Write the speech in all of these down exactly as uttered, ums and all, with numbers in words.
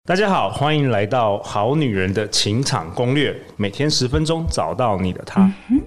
大家好，欢迎来到《好女人的情场攻略》，每天十分钟，找到你的他。嗯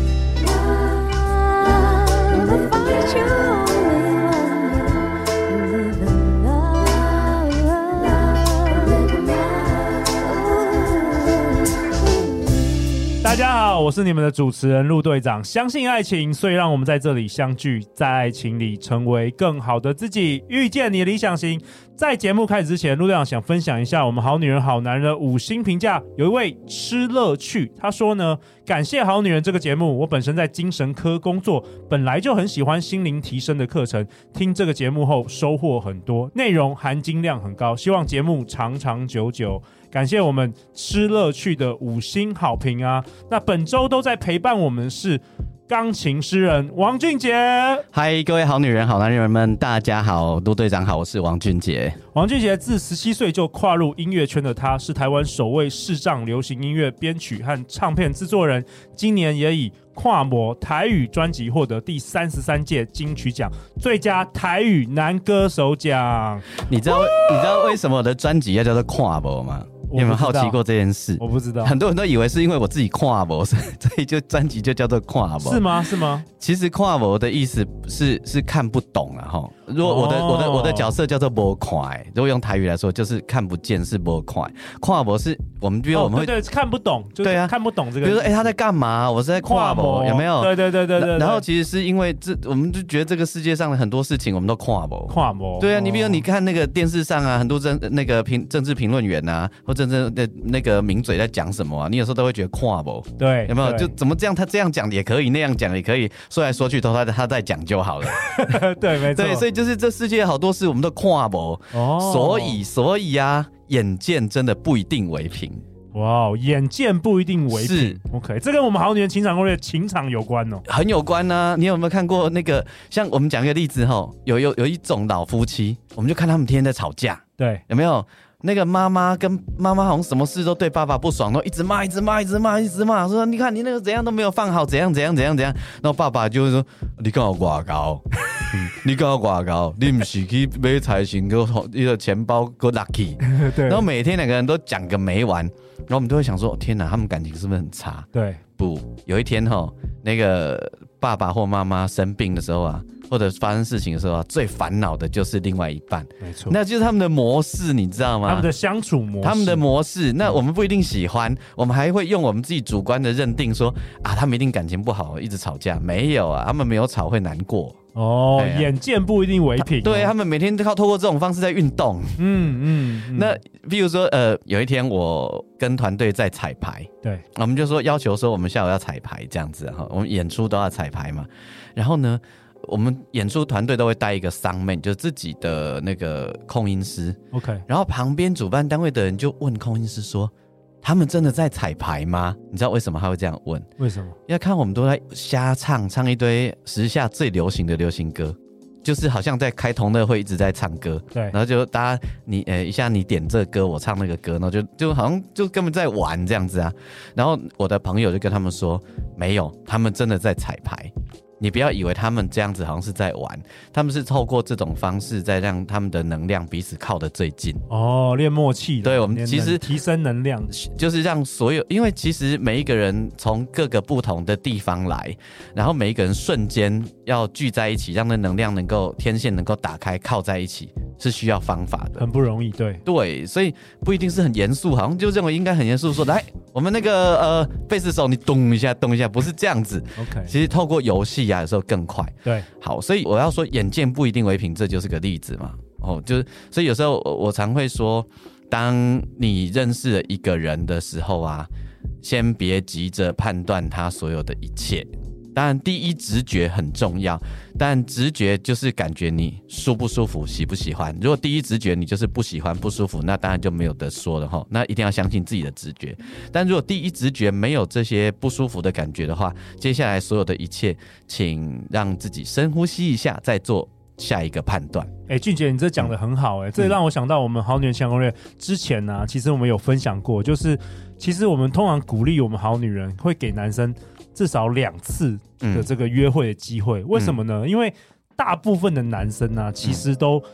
大家好，我是你们的主持人陆队长。相信爱情，所以让我们在这里相聚，在爱情里成为更好的自己，遇见你的理想型。在节目开始之前，陆队长想分享一下我们好女人好男人的五星评价。有一位吃乐趣，他说呢，感谢好女人这个节目，我本身在精神科工作，本来就很喜欢心灵提升的课程，听这个节目后收获很多，内容含金量很高，希望节目长长久久。感谢我们吃乐趣的五星好评啊！那本周都在陪伴我们是钢琴诗人王俊杰。 嗨，各位好女人好男人们，大家好，陆队长好，我是王俊杰。 王俊杰自十七岁就跨入音乐圈的他，是台湾首位视障流行音乐编曲和唱片制作人，今年也以跨模台语专辑获得第三十三届金曲奖最佳台语男歌手奖。 你知道你知道为什么我的专辑要叫做跨模吗？你有没有好奇过这件事？ 我不知道， 很多人都以为是因为我自己跨模，所以就专辑就叫做跨模。 是吗？是吗？ 其实跨模的意思是是看不懂啊哈。如果我的、哦、我的我的角色叫做无看，如果用台语来说，就是看不见是无看。跨模是我们比如我们会、哦、 对对看不懂，就是、对啊，看不懂这个。 比如说哎、欸、他在干嘛？我是在跨模，有没有？ 对对对对 对, 對。 然后其实是因为这，我们就觉得这个世界上的很多事情我们都跨模。 跨模。 对啊，你比如你看那个电视上啊，很多政那个评政治评论员啊，或政治的那个名嘴在讲什么啊，你有时候都会觉得跨模。 对， 有没有？就怎么这样？他这样讲也可以，那样讲也可以，说来说去都他他在讲就好了。 对，没错。 对，所以就是这世界好多事我们都跨模。哦。所以所以啊，眼见真的不一定为凭。 哇、wow, 眼见不一定为凭。 是 OK， 这跟我们好女人情场攻略情场有关哦， 很有关啊。你有没有看过那个？像我们讲一个例子哈，有有有一种老夫妻，我们就看他们天天在吵架，对，有没有？那个妈妈跟妈妈好像什么事都对爸爸不爽，然后一直骂，一直骂，一直骂，一直骂，说你看你那个怎样都没有放好，怎样怎样怎样怎样。然后爸爸就会说：“你干嘛挂高？你干嘛挂高？你不是去买彩信，给我一个钱包给我 lucky。”然后每天两个人都讲个没完，然后我们都会想说：“天哪，他们感情是不是很差？”对，不，有一天哈，那个爸爸或妈妈生病的时候啊。或者发生事情的时候啊，最烦恼的就是另外一半，没错，那就是他们的模式，你知道吗？ 他们的相处模式， 他们的模式。那我们不一定喜欢，我们还会用我们自己主观的认定说啊，他们一定感情不好，一直吵架。没有啊，他们没有吵会难过。哦， 啊、眼见不一定为凭、哦。 对，他们每天都靠透过这种方式在运动。嗯嗯, 嗯。那比如说，呃，有一天我跟团队在彩排，对，我们就说要求说我们下午要彩排这样子哈，我们演出都要彩排嘛。然后呢？我们演出团队都会带一个 soundman， 就是自己的那个控音师 ，OK。然后旁边主办单位的人就问控音师说：“他们真的在彩排吗？”你知道为什么他会这样问？ 为什么？ 因为看我们都在瞎唱，唱一堆时下最流行的流行歌，就是好像在开同乐会一直在唱歌，对。然后就大家你呃一下你点这个歌，我唱那个歌，然后就就好像就根本在玩这样子啊。然后我的朋友就跟他们说：“没有，他们真的在彩排。”你不要以为他们这样子好像是在玩，他们是透过这种方式在让他们的能量彼此靠得最近。 哦，练默契的。 对，我们其实提升能量， 就是让所有，因为其实每一个人从各个不同的地方来，然后每一个人瞬间要聚在一起，让那能量能够天线能够打开，靠在一起，是需要方法的， 很不容易。对对，所以不一定是很严肃，好像就认为应该很严肃说，来，我们那个呃贝斯手你动一下，动一下，不是这样子。OK， 其实透过游戏啊。有时候更快，对，好，所以我要说眼见不一定为凭，这就是个例子嘛。哦，就是所以有时候我, 我常会说，当你认识了一个人的时候啊，先别急着判断他所有的一切。当然，第一直觉很重要，但直觉就是感觉你舒不舒服、喜不喜欢。如果第一直觉你就是不喜欢、不舒服，那当然就没有得说了齁。那一定要相信自己的直觉。但如果第一直觉没有这些不舒服的感觉的话，接下来所有的一切，请让自己深呼吸一下，再做下一个判断。 哎、欸，俊杰，你这讲得很好、欸，哎、嗯，这让我想到我们好女人情场攻略之前呢、啊，其实我们有分享过，就是其实我们通常鼓励我们好女人会给男生至少两次的这个约会的机会、嗯，为什么呢？因为大部分的男生呢、啊，其实都、嗯、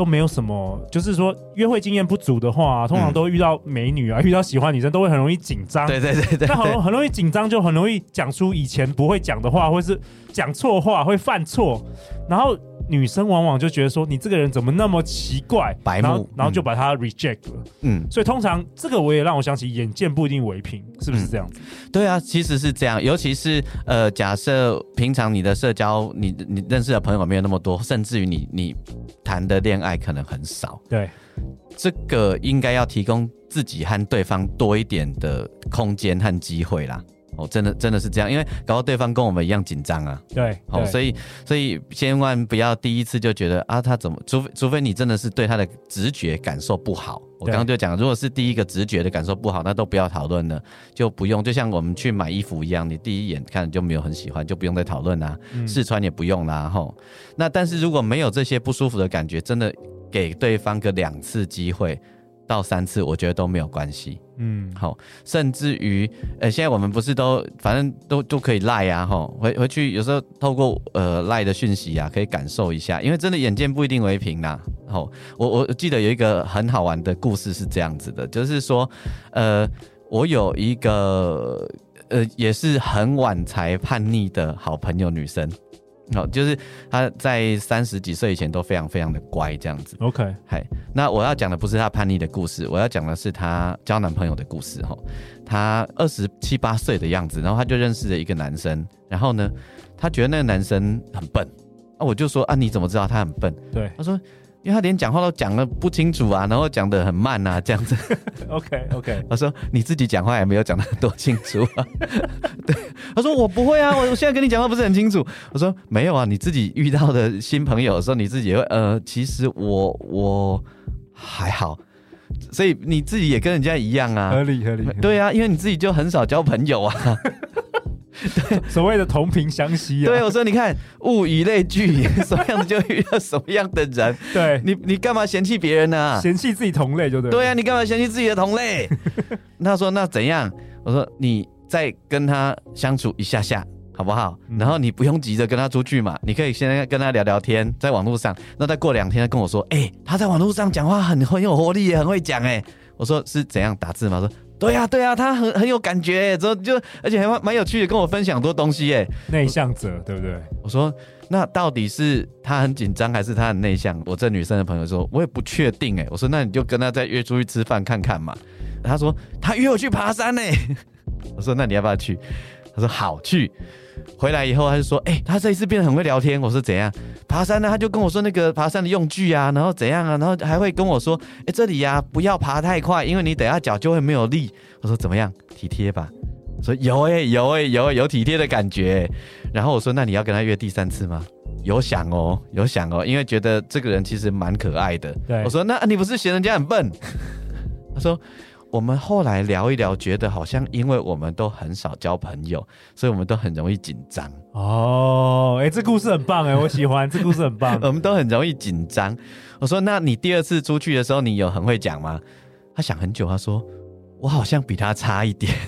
都没有什么，就是说约会经验不足的话、啊，通常都遇到美女啊，嗯、遇到喜欢女生都会很容易紧张。 对对对对， 那很很容易紧张，就很容易讲出以前不会讲的话，或是讲错话，会犯错，然后。女生往往就觉得说你这个人怎么那么奇怪， 白目， 然后然后就把他 reject 了。嗯，所以通常这个我也让我想起眼见不一定为凭，是不是这样子？ 嗯、对啊，其实是这样，尤其是呃，假设平常你的社交，你你认识的朋友没有那么多，甚至于你你谈的恋爱可能很少， 对， 这个应该要提供自己和对方多一点的空间和机会啦。哦，真的真的是这样，因为搞到对方跟我们一样紧张啊。 对， 哦，所以所以千万不要第一次就觉得啊，他怎么，除非除非你真的是对他的直觉感受不好。我刚刚就讲，如果是第一个直觉的感受不好，那都不要讨论了，就不用。就像我们去买衣服一样，你第一眼看就没有很喜欢，就不用再讨论啦，嗯、试穿也不用啦。吼，那但是如果没有这些不舒服的感觉，真的给对方个两次机会。到三次，我觉得都没有关系。嗯，好，甚至于，呃，现在我们不是都反正都都可以赖啊，哈，回回去有时候透过呃赖的讯息啊，可以感受一下，因为真的眼见不一定为凭啦。好，我我记得有一个很好玩的故事是这样子的，就是说，呃，我有一个呃也是很晚才叛逆的好朋友女生。好，就是他在三十几岁以前都非常非常的乖这样子。 OK， 嗨，那我要讲的不是他叛逆的故事，我要讲的是他交男朋友的故事哈。他二十七八岁的样子，然后他就认识了一个男生，然后呢，他觉得那个男生很笨，啊，我就说啊，你怎么知道他很笨？ 对， 他说。因为他连讲话都讲得不清楚啊，然后讲得很慢啊，这样子。 OK OK， 我说你自己讲话也没有讲得多清楚啊。对，他说我不会啊，我现在跟你讲话不是很清楚。我说没有啊，你自己遇到的新朋友的时候，你自己也会呃，其实我我还好，所以你自己也跟人家一样啊， 合理合理。 对啊，因为你自己就很少交朋友啊。 对，所谓的同频相吸啊。 对，我说你看，物以类聚，什么样的就遇到什么样的人。 对， 你你干嘛嫌弃别人呢、啊？ 嫌弃自己同类就对了。 对啊，你干嘛嫌弃自己的同类？他说那怎样？我说你再跟他相处一下下，好不好？嗯、然后你不用急着跟他出去嘛，你可以先跟他聊聊天，在网络上。那再过两天，他跟我说，哎、欸，他在网络上讲话很很有活力耶，很会讲哎。我说是怎样打字吗？说。对啊，对啊，他很很有感觉，之后就而且还蛮有趣的，跟我分享很多东西耶。 内向者，对不对？ 我说那到底是他很紧张，还是他很内向？我这女生的朋友说，我也不确定哎。我说那你就跟他再约出去吃饭看看嘛。他说他约我去爬山呢。我说那你要不要去？他说好去。回来以后他就说，哎、欸，他这一次变得很会聊天。我说怎样？爬山呢？他就跟我说那个爬山的用具啊，然后怎样啊，然后还会跟我说，哎、欸，这里呀、啊、不要爬太快，因为你等一下脚就会没有力。我说怎么样？体贴吧？我说有哎、欸、有哎、欸、有、欸、有体贴的感觉、欸。然后我说那你要跟他约第三次吗？有想哦，有想哦，因为觉得这个人其实蛮可爱的。我说那你不是嫌人家很笨？他说。我们后来聊一聊，觉得好像因为我们都很少交朋友，所以我们都很容易紧张。 哦，哎、欸，这故事很棒哎，我喜欢这故事很棒。 我们都很容易紧张。我说，那你第二次出去的时候，你有很会讲吗？他想很久，他说，我好像比他差一点。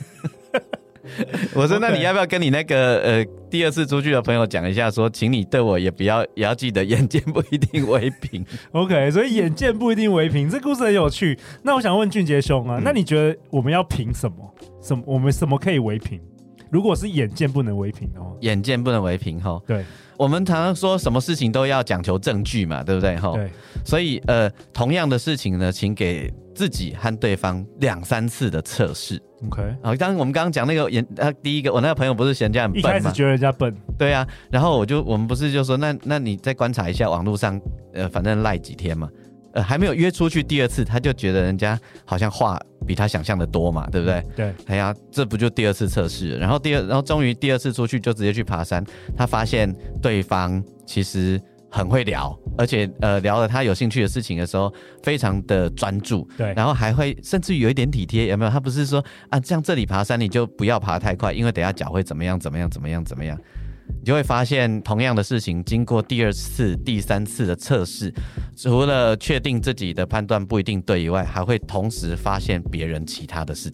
我说，那你要不要跟你那个呃第二次出去的朋友讲一下，说，请你对我也不要也要记得眼见不一定为凭。 OK， 所以眼见不一定为凭，这故事很有趣。那我想问俊杰兄啊，嗯、那你觉得我们要凭什么？什么？我们什么可以为凭？如果是眼见不能为凭的话， 眼见不能为凭哈。 对， 我们常常说什么事情都要讲求证据嘛，对不对哈？ 对。 所以呃，同样的事情呢，请给自己和对方两三次的测试。 OK， 好，刚我们刚刚讲那个眼，呃，第一个我那个朋友不是嫌人家很笨吗？ 一开始觉得人家笨， 对啊，然后我就我们不是就说，那那你再观察一下网络上，呃，反正赖几天嘛，呃，还没有约出去第二次，他就觉得人家好像话比他想象的多嘛，对不对？ 对， 哎呀，这不就第二次测试了？然后第二，然后终于第二次出去就直接去爬山，他发现对方其实。很会聊，而且呃聊了他有兴趣的事情的时候，非常的专注， 对， 然后还会甚至于有一点体贴，有没有？他不是说啊，像这里爬山你就不要爬太快，因为等一下脚会怎么样怎么样怎么样怎么样，你就会发现同样的事情，经过第二次、第三次的测试，除了确定自己的判断不一定对以外，还会同时发现别人其他的事情。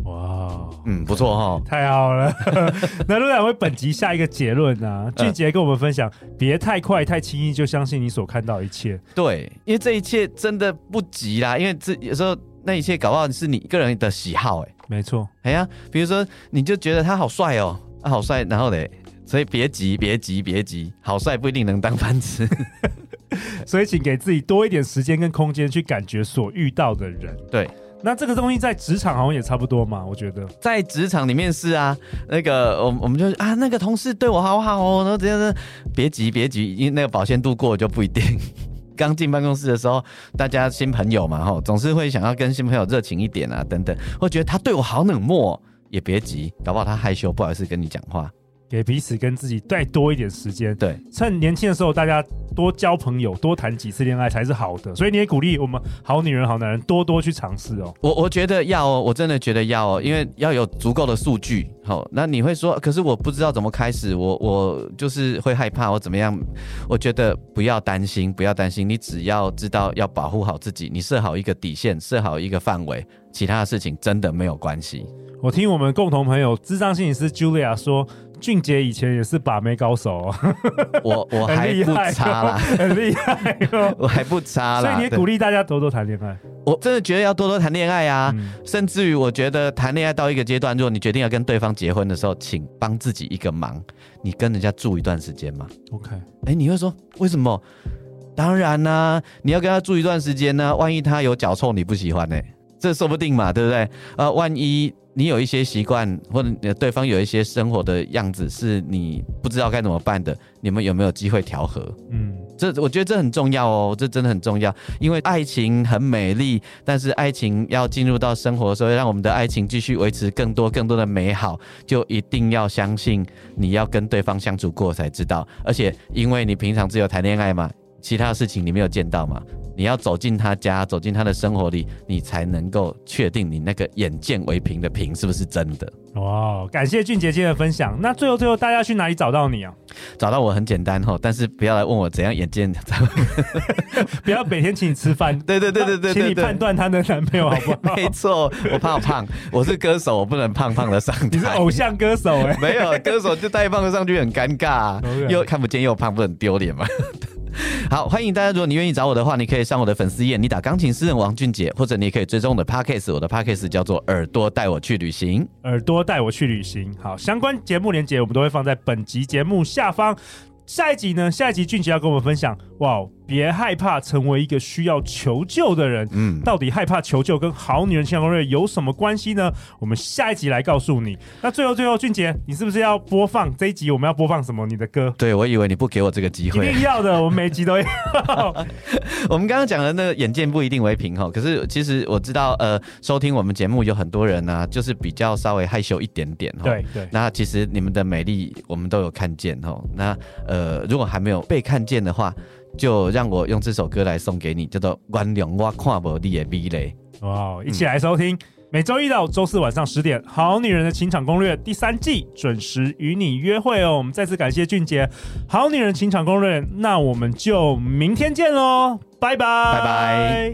哇，嗯，不错哈， 太好了。那陆队长为本集下一个结论啊，俊杰跟我们分享，别太快太轻易就相信你所看到的一切。 对，因为这一切真的不急啦，因为这有时候那一切搞不好是你个人的喜好、欸，哎， 没错， 哎呀，比如说你就觉得他好帅哦，啊、好帅，然后嘞，所以别急，别急，别急，好帅不一定能当饭吃。 所以请给自己多一点时间跟空间去感觉所遇到的人。 对。 那这个东西在职场好像也差不多嘛，我觉得在职场里面是啊，那个我我们就啊那个同事对我好好哦，然后这样子，别急别急，因为那个保鲜度过了就不一定。刚进办公室的时候，大家新朋友嘛吼，总是会想要跟新朋友热情一点啊等等，会觉得他对我好冷漠，也别急，搞不好他害羞不好意思跟你讲话。 给彼此跟自己再多一点时间， 对， 趁年轻的时候，大家多交朋友，多谈几次恋爱才是好的。所以你也鼓励我们好女人、好男人多多去尝试哦。 我我觉得要哦，我真的觉得要哦，因为要有足够的数据。好、哦，那你会说，可是我不知道怎么开始，我我就是会害怕，我怎么样？我觉得不要担心，不要担心，你只要知道要保护好自己，你设好一个底线，设好一个范围，其他的事情真的没有关系。 我听我们共同朋友諮商心理師 Julia 說，俊杰以前也是把妹高手、哦， 我我还不差啦， 很厲害、哦， 我還不差啦。 所以你也鼓勵大家多多談戀愛。 我真的覺得要多多談戀愛啊，嗯、甚至於我覺得談戀愛到一個階段，如果你決定要跟對方結婚的時候，請幫自己一個忙，你跟人家住一段時間嘛。 OK， 哎，你會說為什麼？當然啦、啊，你要跟他住一段時間呢，萬一他有腳臭你不喜歡呢、欸？這說不定嘛，對不對？呃，萬一你有一些習慣，或者對方有一些生活的樣子是你不知道該怎麼辦的，你們有沒有機會調和？嗯，這我覺得這很重要哦，這真的很重要，因為愛情很美麗，但是愛情要進入到生活的時候，讓我們的愛情繼續維持更多更多的美好，就一定要相信你要跟對方相處過才知道，而且因為你平常只有談戀愛嘛，其他事情你沒有見到嘛，你要走進他家，走進他的生活裡，你才能夠確定你那個眼見為憑的憑是不是真的。 哇，感謝俊杰今天的分享。那最後最後大家去哪裡找到你啊？ 找到我很簡單，但是不要來問我怎樣眼見不要每天請你吃飯。 對對對對對對， 請你判斷他的男朋友好不好？ 沒錯，我怕我胖，我是歌手，我不能胖胖的上台。 你是偶像歌手哎、欸？ 沒有，歌手就太胖的上去很尷尬、啊 okay. 又看不見又胖，不很丟臉嗎？好，歡迎大家，如果你願意找我的話，你可以上我的粉絲頁，你打鋼琴詩人王俊杰，或者你也可以追蹤我的 podcast， 我的 podcast 叫做耳朵帶我去旅行， 耳朵帶我去旅行。好，相關節目連結我們都會放在本集節目下方。下一集呢？下一集俊杰要跟我們分享，哇，別害怕成為一個需要求救的人。嗯，到底害怕求救跟好女人情感攻略有什麼關係呢？我們下一集來告訴你。那最後最後，俊杰，你是不是要播放這一集？我們要播放什麼？你的歌？ 對，我以為你不給我這個機會。 一定要的，我們每集都要。 我們剛剛講的那個眼見不一定為憑哈，可是其實我知道，呃，收聽我們節目有很多人啊，就是比較稍微害羞一點點哈。 對對。 那其實你們的美麗我們都有看見哈。那呃，如果還沒有被看見的話，就讓我用這首歌來送給你，叫做《原諒我看不你的美麗》。 哇，一起來收聽，嗯、每周一到周四晚上十點，《好女人的情場攻略》第三季準時與你約會哦。我們再次感謝俊杰，《好女人情場攻略》，那我們就明天見嘍，拜拜， 拜拜。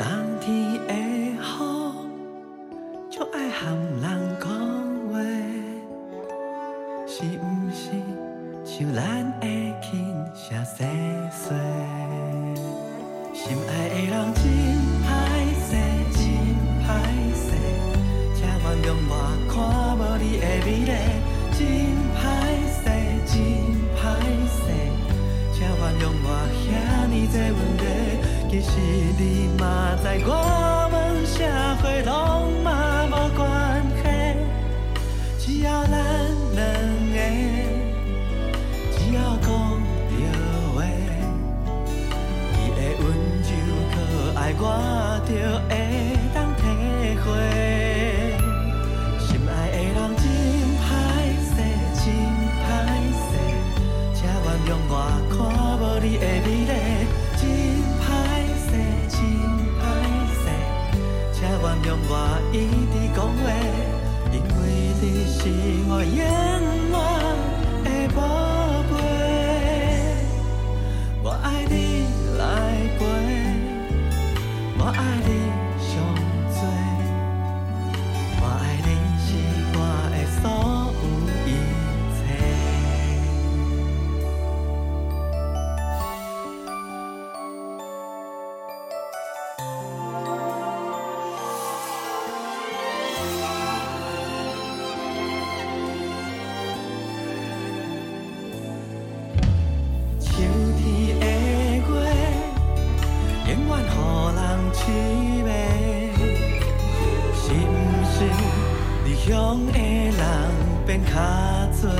當天的雨，就愛和人講話。 是毋是像咱的亲声细细？心爱的人真歹势，真歹势，请原谅我看无你的美丽。真歹势，真歹势，请原谅我遐尼多问题。其实你嘛知，我们社会拢嘛无关系，只要咱两个，只要讲着话，你的温柔可爱，我就会当体会。心爱的人真歹势，真歹势，请原谅我看无你的美丽。真歹势，真歹势，请原谅我一直讲话，因为你是我永远的宝贝。我爱你来陪，我爱你上多，我爱你是我的所有一切。秋天的月，永远予人凄美。是毋是离乡的人变较多？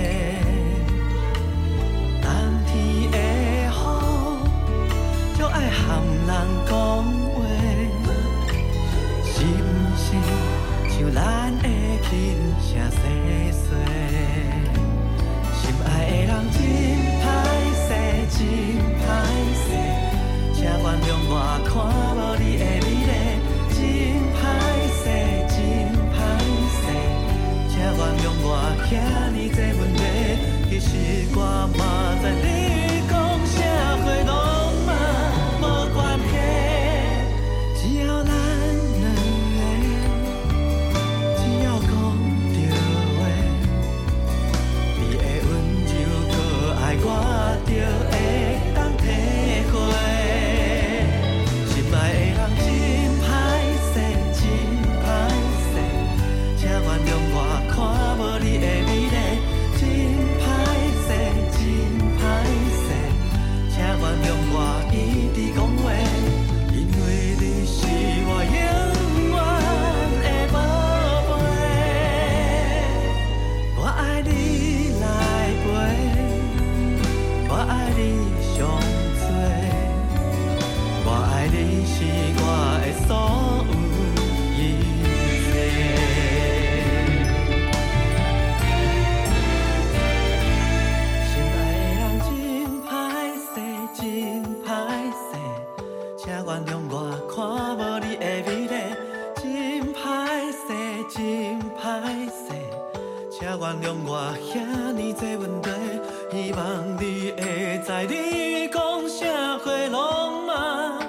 冬天的雨，就爱含人讲话。是毋是像咱的亲声细细？心爱的人真歹势，真歹势，请原谅我看无你的美丽。真歹势，真歹势，请原谅我遐尼多问题。其实我嘛知，你讲社会拢嘛无关系，只要咱两个，只要讲着话，你的温柔可爱，我就会当体会。心爱的人真歹势，真歹势，请原谅我看无你的美丽。真歹势，真歹势，请原谅我一直讲话，因为你是我永远的宝贝。我爱你来陪，我爱你上多，我爱你是我的所有一切。心爱的人真歹势，真歹势，请原谅我看无你的美丽。真歹势，真歹势，请原谅我遐尼多问题。希望你会知，你讲社会拢嘛